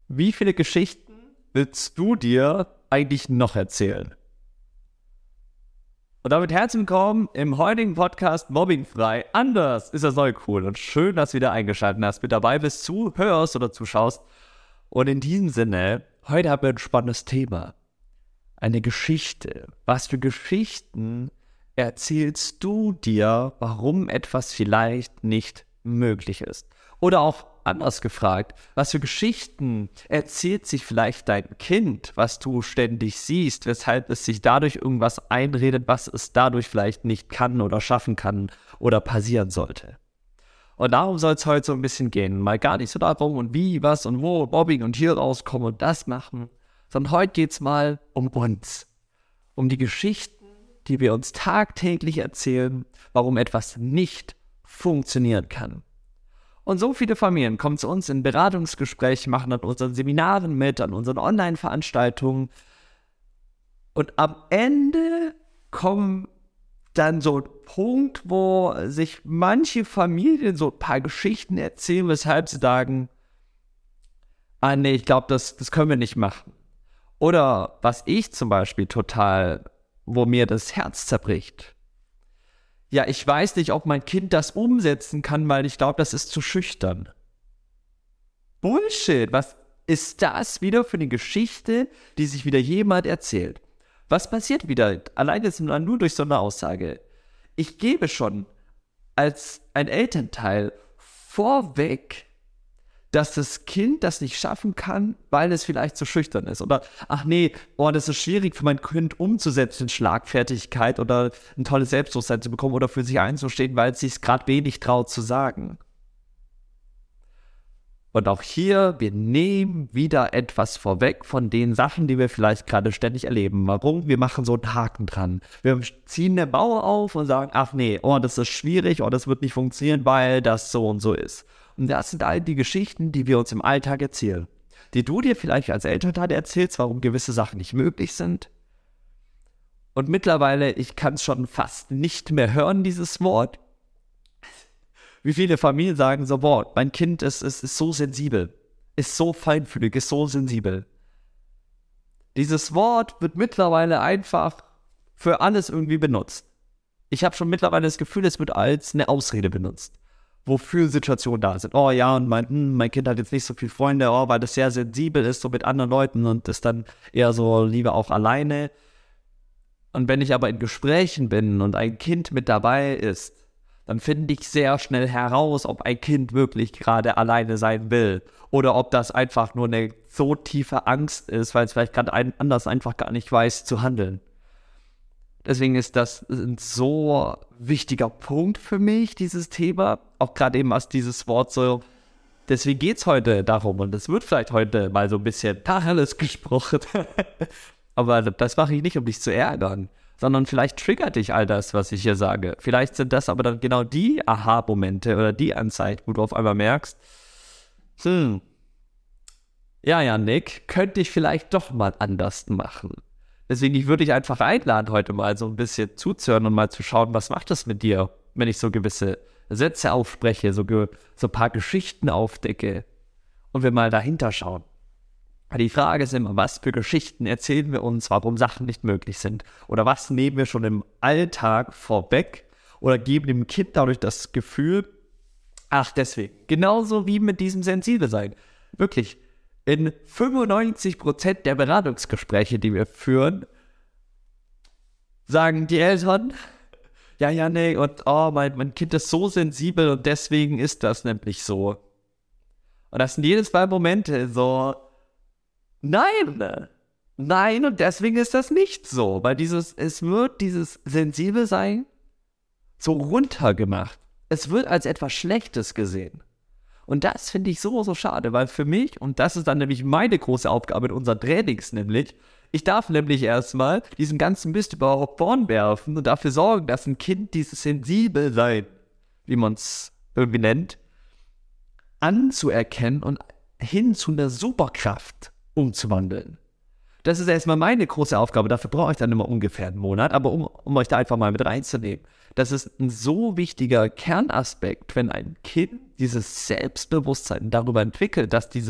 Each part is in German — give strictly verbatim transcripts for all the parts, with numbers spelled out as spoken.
Wie viele Geschichten willst du dir eigentlich noch erzählen? Und damit herzlich willkommen im heutigen Podcast Mobbingfrei. Anders ist das neu cool und schön, dass du wieder eingeschaltet hast, mit dabei bist, zuhörst oder zuschaust. Und in diesem Sinne, heute haben wir ein spannendes Thema. Eine Geschichte. Was für Geschichten erzählst du dir, warum etwas vielleicht nicht möglich ist? Oder auch anders gefragt, was für Geschichten erzählt sich vielleicht dein Kind, was du ständig siehst, weshalb es sich dadurch irgendwas einredet, was es dadurch vielleicht nicht kann oder schaffen kann oder passieren sollte. Und darum soll es heute so ein bisschen gehen. Mal gar nicht so darum und wie, was und wo, Mobbing und hier rauskommen und das machen, sondern heute geht es mal um uns. Um die Geschichten, die wir uns tagtäglich erzählen, warum etwas nicht funktionieren kann. Und so viele Familien kommen zu uns in Beratungsgesprächen, machen an unseren Seminaren mit, an unseren Online-Veranstaltungen. Und am Ende kommen dann so ein Punkt, wo sich manche Familien so ein paar Geschichten erzählen, weshalb sie sagen, ah nee, ich glaube, das, das können wir nicht machen. Oder was ich zum Beispiel total, wo mir das Herz zerbricht. Ja, ich weiß nicht, ob mein Kind das umsetzen kann, weil ich glaube, das ist zu schüchtern. Bullshit, was ist das wieder für eine Geschichte, die sich wieder jemand erzählt? Was passiert wieder? Allein jetzt nur durch so eine Aussage. Ich gebe schon als ein Elternteil vorweg, dass das Kind das nicht schaffen kann, weil es vielleicht zu schüchtern ist. Oder, ach nee, boah, das ist schwierig für mein Kind umzusetzen, Schlagfertigkeit oder ein tolles Selbstbewusstsein zu bekommen oder für sich einzustehen, weil es sich gerade wenig traut zu sagen. Und auch hier, wir nehmen wieder etwas vorweg von den Sachen, die wir vielleicht gerade ständig erleben. Warum? Wir machen so einen Haken dran. Wir ziehen eine Mauer auf und sagen, ach nee, oh, das ist schwierig, oh, das wird nicht funktionieren, weil das so und so ist. Und das sind all die Geschichten, die wir uns im Alltag erzählen. Die du dir vielleicht als Elternteil erzählst, warum gewisse Sachen nicht möglich sind. Und mittlerweile, ich kann es schon fast nicht mehr hören, dieses Wort. Wie viele Familien sagen so, boah, mein Kind ist, ist, ist so sensibel, ist so feinfühlig, ist so sensibel. Dieses Wort wird mittlerweile einfach für alles irgendwie benutzt. Ich habe schon mittlerweile das Gefühl, es wird als eine Ausrede benutzt. Wofür Situationen da sind. Oh ja, und mein, hm, mein Kind hat jetzt nicht so viele Freunde, oh, weil das sehr sensibel ist, so mit anderen Leuten und ist dann eher so lieber auch alleine. Und wenn ich aber in Gesprächen bin und ein Kind mit dabei ist, dann finde ich sehr schnell heraus, ob ein Kind wirklich gerade alleine sein will oder ob das einfach nur eine so tiefe Angst ist, weil es vielleicht gerade ein, anders einfach gar nicht weiß, zu handeln. Deswegen ist das ein so wichtiger Punkt für mich, dieses Thema. Auch gerade eben als dieses Wort so. Deswegen geht es heute darum. Und es wird vielleicht heute mal so ein bisschen Tacheles gesprochen. Aber das mache ich nicht, um dich zu ärgern. Sondern vielleicht triggert dich all das, was ich hier sage. Vielleicht sind das aber dann genau die Aha-Momente oder die Anzeichen, wo du auf einmal merkst, hm, ja, ja, Nick, könnte ich vielleicht doch mal anders machen. Deswegen, ich würde dich einfach einladen, heute mal so ein bisschen zuzuhören und mal zu schauen, was macht das mit dir, wenn ich so gewisse Sätze aufspreche, so, ge- so ein paar Geschichten aufdecke und wir mal dahinter schauen. Die Frage ist immer, was für Geschichten erzählen wir uns, warum Sachen nicht möglich sind? Oder was nehmen wir schon im Alltag vorweg oder geben dem Kind dadurch das Gefühl, ach deswegen, genauso wie mit diesem Sensibelsein. Wirklich, in fünfundneunzig Prozent der Beratungsgespräche, die wir führen, sagen die Eltern, ja, ja, nee, und oh, mein, mein Kind ist so sensibel und deswegen ist das nämlich so. Und das sind jedes Mal Momente so, nein, nein, und deswegen ist das nicht so, weil dieses, es wird dieses Sensibelsein so runtergemacht. Es wird als etwas Schlechtes gesehen. Und das finde ich so, so schade, weil für mich, und das ist dann nämlich meine große Aufgabe in unseren Trainings nämlich, ich darf nämlich erstmal diesen ganzen Mist überhaupt vorn werfen und dafür sorgen, dass ein Kind dieses Sensibelsein, wie man es irgendwie nennt, anzuerkennen und hin zu einer Superkraft umzuwandeln. Das ist erstmal meine große Aufgabe, dafür brauche ich dann immer ungefähr einen Monat, aber um, um euch da einfach mal mit reinzunehmen. Das ist ein so wichtiger Kernaspekt, wenn ein Kind dieses Selbstbewusstsein darüber entwickelt, dass dieses,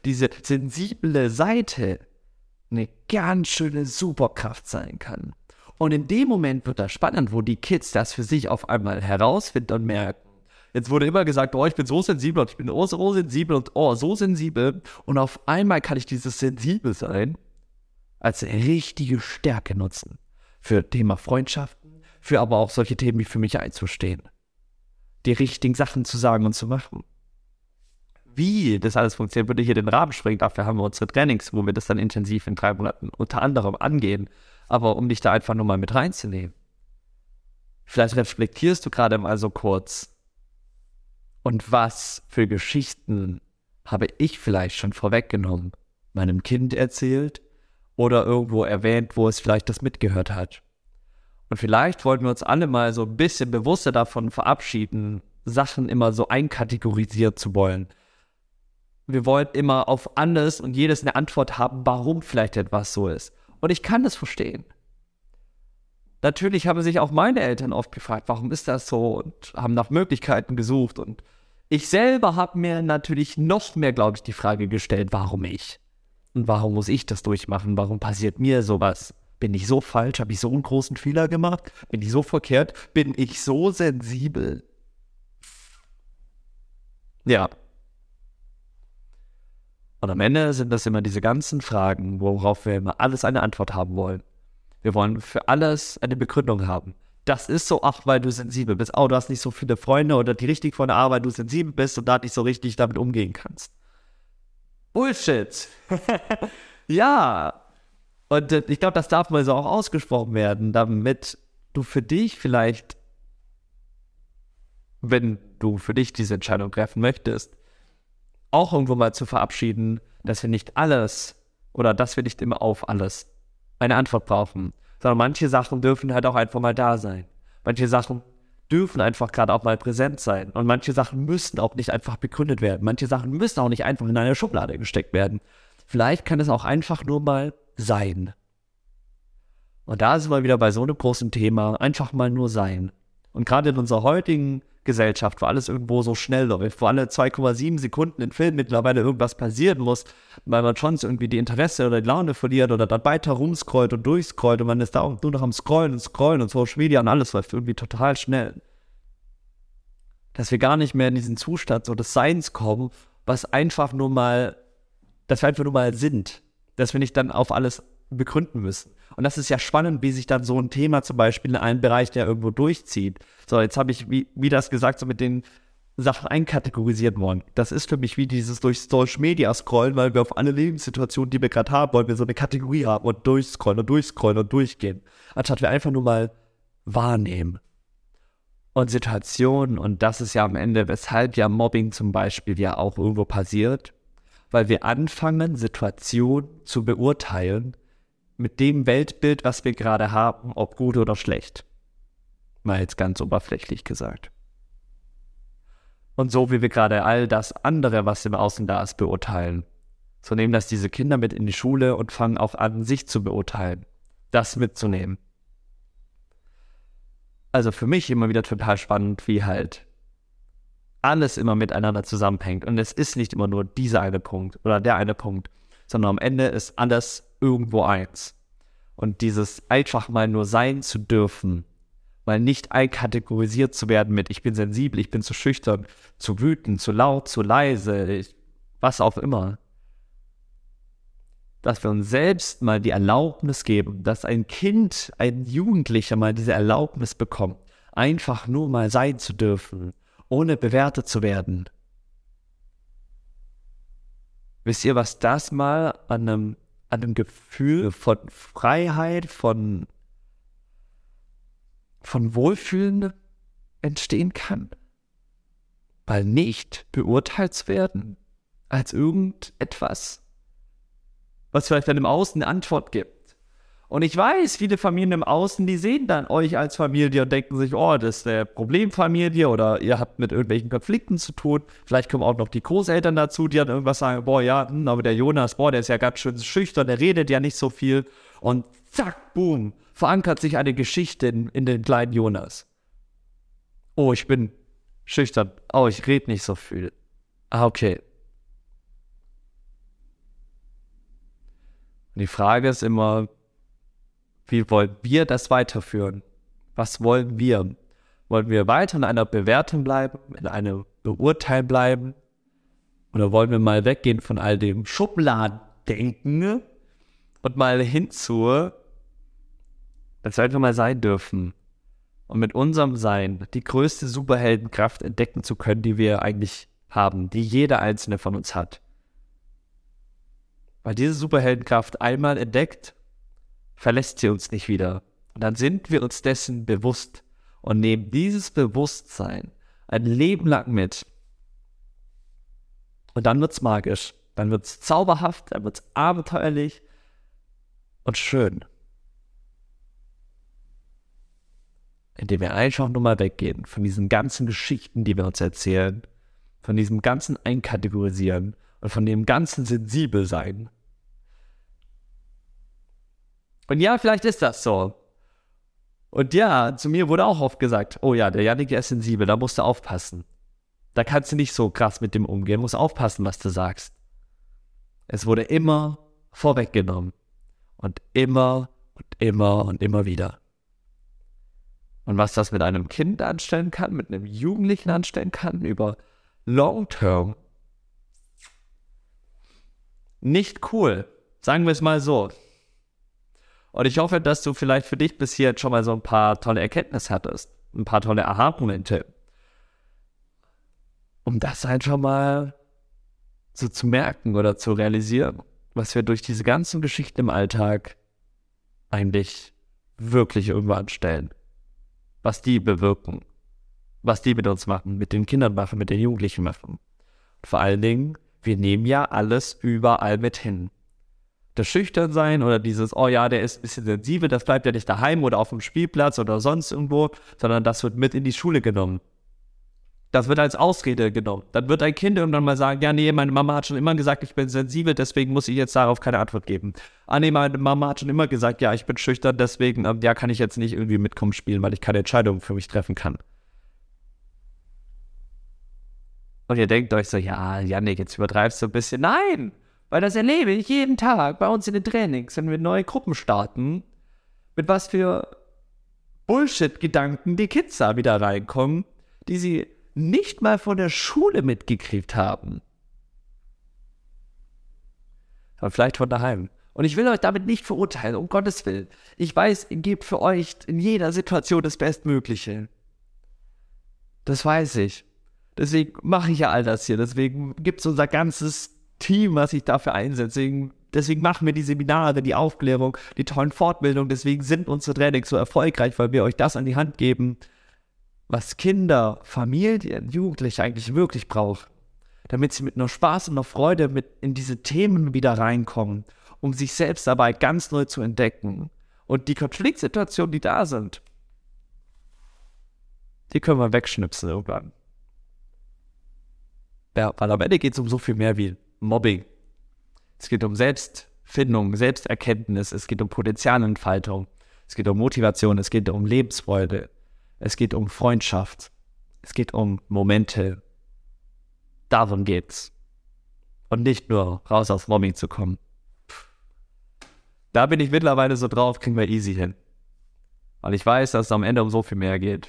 diese sensible Seite eine ganz schöne Superkraft sein kann. Und in dem Moment wird das spannend, wo die Kids das für sich auf einmal herausfinden und merken. Jetzt wurde immer gesagt, oh, ich bin so sensibel und ich bin oh, so sensibel und oh, so sensibel. Und auf einmal kann ich dieses sensibel sein als richtige Stärke nutzen. Für Thema Freundschaften, für aber auch solche Themen wie für mich einzustehen. Die richtigen Sachen zu sagen und zu machen. Wie das alles funktioniert, würde hier den Rahmen sprengen. Dafür haben wir unsere Trainings, wo wir das dann intensiv in drei Monaten unter anderem angehen. Aber um dich da einfach nur mal mit reinzunehmen. Vielleicht reflektierst du gerade mal so kurz. Und was für Geschichten habe ich vielleicht schon vorweggenommen, meinem Kind erzählt oder irgendwo erwähnt, wo es vielleicht das mitgehört hat. Und vielleicht wollten wir uns alle mal so ein bisschen bewusster davon verabschieden, Sachen immer so einkategorisiert zu wollen. Wir wollen immer auf alles und jedes eine Antwort haben, warum vielleicht etwas so ist. Und ich kann das verstehen. Natürlich haben sich auch meine Eltern oft gefragt, warum ist das so, und haben nach Möglichkeiten gesucht. Und ich selber habe mir natürlich noch mehr, glaube ich, die Frage gestellt, warum ich? Und warum muss ich das durchmachen? Warum passiert mir sowas? Bin ich so falsch? Habe ich so einen großen Fehler gemacht? Bin ich so verkehrt? Bin ich so sensibel? Ja. Und am Ende sind das immer diese ganzen Fragen, worauf wir immer alles eine Antwort haben wollen. Wir wollen für alles eine Begründung haben. Das ist so, ach, weil du sensibel bist. Oh, du hast nicht so viele Freunde oder die richtig von der Arbeit, du sensibel bist und da nicht so richtig damit umgehen kannst. Bullshit. Ja. Und äh, ich glaube, das darf mal so auch ausgesprochen werden, damit du für dich vielleicht, wenn du für dich diese Entscheidung treffen möchtest, auch irgendwo mal zu verabschieden, dass wir nicht alles oder dass wir nicht immer auf alles eine Antwort brauchen, sondern manche Sachen dürfen halt auch einfach mal da sein. Manche Sachen dürfen einfach gerade auch mal präsent sein und manche Sachen müssen auch nicht einfach begründet werden. Manche Sachen müssen auch nicht einfach in eine Schublade gesteckt werden. Vielleicht kann es auch einfach nur mal sein. Und da sind wir wieder bei so einem großen Thema, einfach mal nur sein. Und gerade in unserer heutigen Gesellschaft, wo alles irgendwo so schnell läuft, wo alle zwei Komma sieben Sekunden in Film mittlerweile irgendwas passieren muss, weil man schon irgendwie die Interesse oder die Laune verliert oder dann weiter rumscrollt und durchscrollt und man ist da auch nur noch am Scrollen und Scrollen und Social Media und alles läuft irgendwie total schnell. Dass wir gar nicht mehr in diesen Zustand so des Seins kommen, was einfach nur mal, dass wir einfach nur mal sind, dass wir nicht dann auf alles begründen müssen. Und das ist ja spannend, wie sich dann so ein Thema zum Beispiel in einem Bereich, der irgendwo durchzieht. So, jetzt habe ich, wie, wie das gesagt, so mit den Sachen einkategorisiert worden. Das ist für mich wie dieses durch Social Media scrollen, weil wir auf alle Lebenssituationen, die wir gerade haben, wollen wir so eine Kategorie haben und durchscrollen und durchscrollen und durchgehen. Anstatt wir einfach nur mal wahrnehmen. Und Situationen, und das ist ja am Ende, weshalb ja Mobbing zum Beispiel ja auch irgendwo passiert, weil wir anfangen, Situationen zu beurteilen mit dem Weltbild, was wir gerade haben, ob gut oder schlecht. Mal jetzt ganz oberflächlich gesagt. Und so wie wir gerade all das andere, was im Außen da ist, beurteilen. So nehmen das diese Kinder mit in die Schule und fangen auch an, sich zu beurteilen. Das mitzunehmen. Also für mich immer wieder total spannend, wie halt alles immer miteinander zusammenhängt. Und es ist nicht immer nur dieser eine Punkt oder der eine Punkt, sondern am Ende ist alles irgendwo eins. Und dieses einfach mal nur sein zu dürfen, mal nicht einkategorisiert zu werden mit ich bin sensibel, ich bin zu schüchtern, zu wütend, zu laut, zu leise, ich, was auch immer. Dass wir uns selbst mal die Erlaubnis geben, dass ein Kind, ein Jugendlicher mal diese Erlaubnis bekommt, einfach nur mal sein zu dürfen, ohne bewertet zu werden. Wisst ihr, was das mal an einem, an einem Gefühl von Freiheit, von, von Wohlfühlen entstehen kann? Weil nicht beurteilt zu werden als irgendetwas, was vielleicht dann im Außen eine Antwort gibt. Und ich weiß, viele Familien im Außen, die sehen dann euch als Familie und denken sich, oh, das ist eine Problemfamilie oder ihr habt mit irgendwelchen Konflikten zu tun. Vielleicht kommen auch noch die Großeltern dazu, die dann irgendwas sagen, boah, ja, hm, aber der Jonas, boah, der ist ja ganz schön schüchtern, der redet ja nicht so viel. Und zack, boom, verankert sich eine Geschichte in, in den kleinen Jonas. Oh, ich bin schüchtern. Oh, ich rede nicht so viel. Ah, okay. Und die Frage ist immer, wie wollen wir das weiterführen? Was wollen wir? Wollen wir weiter in einer Bewertung bleiben, in einem Beurteilen bleiben? Oder wollen wir mal weggehen von all dem Schubladendenken und mal hinzu, dass wir einfach mal sein dürfen und mit unserem Sein die größte Superheldenkraft entdecken zu können, die wir eigentlich haben, die jeder einzelne von uns hat. Weil diese Superheldenkraft einmal entdeckt, verlässt sie uns nicht wieder. Und dann sind wir uns dessen bewusst und nehmen dieses Bewusstsein ein Leben lang mit. Und dann wird's magisch, dann wird's zauberhaft, dann wird's abenteuerlich und schön. Indem wir einfach nur mal weggehen von diesen ganzen Geschichten, die wir uns erzählen, von diesem ganzen Einkategorisieren und von dem ganzen Sensibelsein. Und ja, vielleicht ist das so. Und ja, zu mir wurde auch oft gesagt, oh ja, der Yannick, der ist sensibel, da musst du aufpassen. Da kannst du nicht so krass mit dem umgehen, musst aufpassen, was du sagst. Es wurde immer vorweggenommen. Und immer und immer und immer wieder. Und was das mit einem Kind anstellen kann, mit einem Jugendlichen anstellen kann, über Long Term. Nicht cool. Sagen wir es mal so. Und ich hoffe, dass du vielleicht für dich bis hier jetzt schon mal so ein paar tolle Erkenntnisse hattest. Ein paar tolle Aha-Momente. Um das einfach mal so zu merken oder zu realisieren, was wir durch diese ganzen Geschichten im Alltag eigentlich wirklich irgendwo anstellen. Was die bewirken. Was die mit uns machen, mit den Kindern machen, mit den Jugendlichen machen. Und vor allen Dingen, wir nehmen ja alles überall mit hin. Das Schüchternsein oder dieses, oh ja, der ist ein bisschen sensibel, das bleibt ja nicht daheim oder auf dem Spielplatz oder sonst irgendwo, sondern das wird mit in die Schule genommen. Das wird als Ausrede genommen. Dann wird ein Kind irgendwann mal sagen, ja, nee, meine Mama hat schon immer gesagt, ich bin sensibel, deswegen muss ich jetzt darauf keine Antwort geben. Ah, nee, meine Mama hat schon immer gesagt, ja, ich bin schüchtern, deswegen, ähm, ja, kann ich jetzt nicht irgendwie mitkommen spielen, weil ich keine Entscheidungen für mich treffen kann. Und ihr denkt euch so, ja, Yannick, jetzt übertreibst du ein bisschen. Nein, weil das erlebe ich jeden Tag bei uns in den Trainings, wenn wir neue Gruppen starten, mit was für Bullshit-Gedanken die Kids da wieder reinkommen, die sie nicht mal von der Schule mitgekriegt haben. Aber vielleicht von daheim. Und ich will euch damit nicht verurteilen, um Gottes Willen. Ich weiß, ihr gebt für euch in jeder Situation das Bestmögliche. Das weiß ich. Deswegen mache ich ja all das hier. Deswegen gibt es unser ganzes Team, was sich dafür einsetzt. Deswegen, deswegen machen wir die Seminare, die Aufklärung, die tollen Fortbildungen. Deswegen sind unsere Trainings so erfolgreich, weil wir euch das an die Hand geben, was Kinder, Familien, Jugendliche eigentlich wirklich brauchen, damit sie mit nur Spaß und nur Freude mit in diese Themen wieder reinkommen, um sich selbst dabei ganz neu zu entdecken. Und die Konfliktsituationen, die da sind, die können wir wegschnipsen irgendwann. Ja, weil am Ende geht es um so viel mehr wie Mobbing. Es geht um Selbstfindung, Selbsterkenntnis, es geht um Potenzialentfaltung, es geht um Motivation, es geht um Lebensfreude. Es geht um Freundschaft. Es geht um Momente. Darum geht's. Und nicht nur raus aus Mobbing zu kommen. Da bin ich mittlerweile so drauf, kriegen wir easy hin. Weil ich weiß, dass es am Ende um so viel mehr geht.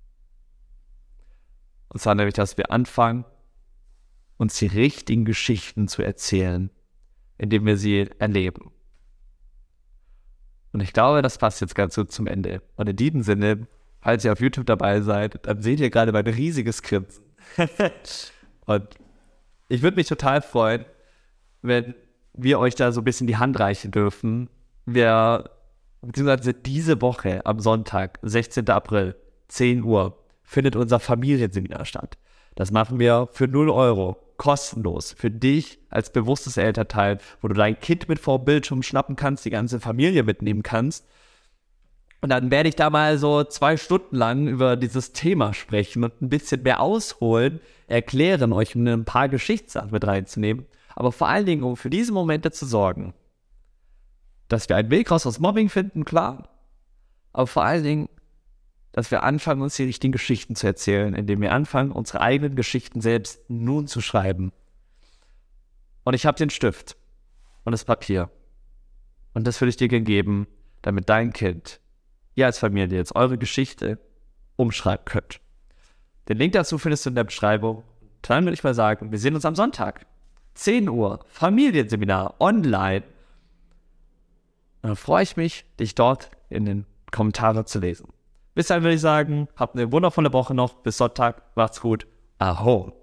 Und zwar nämlich, dass wir anfangen, uns die richtigen Geschichten zu erzählen, indem wir sie erleben. Und ich glaube, das passt jetzt ganz gut zum Ende. Und in diesem Sinne, falls ihr auf YouTube dabei seid, dann seht ihr gerade mein riesiges Grinsen. Und ich würde mich total freuen, wenn wir euch da so ein bisschen die Hand reichen dürfen. Wir, beziehungsweise diese Woche am Sonntag, sechzehnten April, zehn Uhr, findet unser Familienseminar statt. Das machen wir für null Euro, kostenlos, für dich als bewusstes Elternteil, wo du dein Kind mit vor dem Bildschirm schnappen kannst, die ganze Familie mitnehmen kannst. Und dann werde ich da mal so zwei Stunden lang über dieses Thema sprechen und ein bisschen mehr ausholen, erklären, euch ein paar Geschichtssachen mit reinzunehmen, aber vor allen Dingen, um für diese Momente zu sorgen, dass wir einen Weg raus aus Mobbing finden, klar, aber vor allen Dingen, dass wir anfangen, uns die richtigen Geschichten zu erzählen, indem wir anfangen, unsere eigenen Geschichten selbst nun zu schreiben. Und ich habe den Stift und das Papier. Und das würde ich dir gerne geben, damit dein Kind, ihr als Familie jetzt eure Geschichte umschreiben könnt. Den Link dazu findest du in der Beschreibung. Dann würde ich mal sagen, wir sehen uns am Sonntag. zehn Uhr, Familienseminar online. Und dann freue ich mich, dich dort in den Kommentaren zu lesen. Bis dann würde ich sagen, habt eine wundervolle Woche noch. Bis Sonntag. Macht's gut. Aho.